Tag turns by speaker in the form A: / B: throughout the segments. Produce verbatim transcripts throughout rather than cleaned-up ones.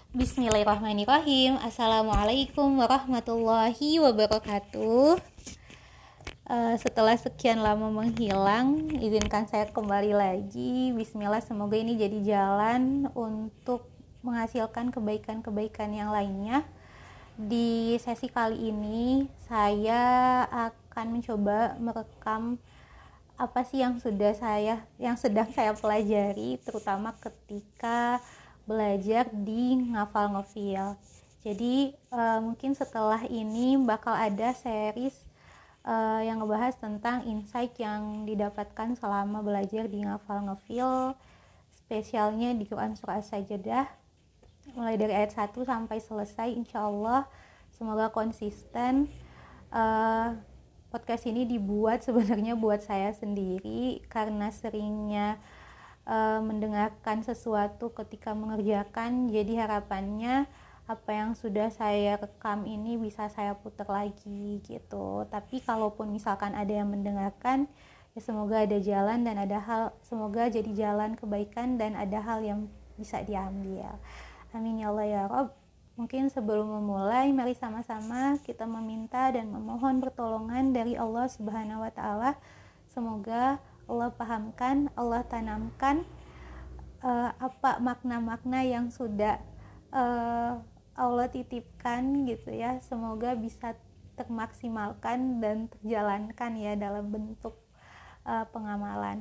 A: Bismillahirrahmanirrahim. Assalamualaikum warahmatullahi wabarakatuh. Uh, setelah sekian lama menghilang, izinkan saya kembali lagi. Bismillah, semoga ini jadi jalan untuk menghasilkan kebaikan-kebaikan yang lainnya. Di sesi kali ini, saya akan mencoba merekam apa sih yang sudah saya yang sedang saya pelajari, terutama ketika belajar di ngafal ngefil. Jadi uh, mungkin setelah ini bakal ada series uh, yang ngebahas tentang insight yang didapatkan selama belajar di ngafal ngefil, spesialnya di Quran surah As-Sajdah, mulai dari ayat satu sampai selesai. Insyaallah semoga konsisten. uh, podcast ini dibuat sebenarnya buat saya sendiri karena seringnya Uh, mendengarkan sesuatu ketika mengerjakan, jadi harapannya apa yang sudah saya rekam ini bisa saya putar lagi gitu. Tapi kalaupun misalkan ada yang mendengarkan, ya semoga ada jalan dan ada hal, semoga jadi jalan kebaikan dan ada hal yang bisa diambil. Amin ya Allah ya Rob. Mungkin sebelum memulai, mari sama-sama kita meminta dan memohon pertolongan dari Allah Subhanahu wa Ta'ala. Semoga Allah pahamkan, Allah tanamkan uh, apa makna-makna yang sudah uh, Allah titipkan gitu ya. Semoga bisa termaksimalkan dan terjalankan ya dalam bentuk uh, pengamalan.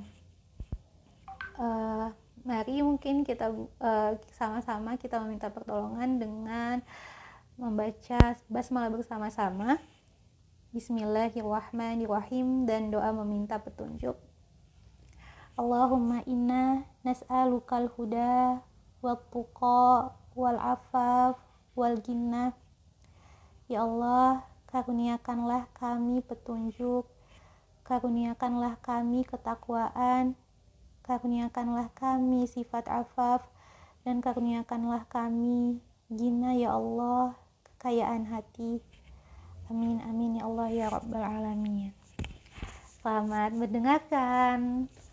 A: Uh, mari mungkin kita uh, sama-sama kita meminta pertolongan dengan membaca basmalah bersama-sama. Bismillahirrahmanirrahim, dan doa meminta petunjuk. Allahumma inna nas'alukal huda wat tuqa wal afaf wal ginnah. Ya Allah, karuniakanlah kami petunjuk, karuniakanlah kami ketakwaan, karuniakanlah kami sifat afaf, dan karuniakanlah kami gina ya Allah, kekayaan hati. Amin amin ya Allah ya Rabbal alamin. Selamat mendengarkan.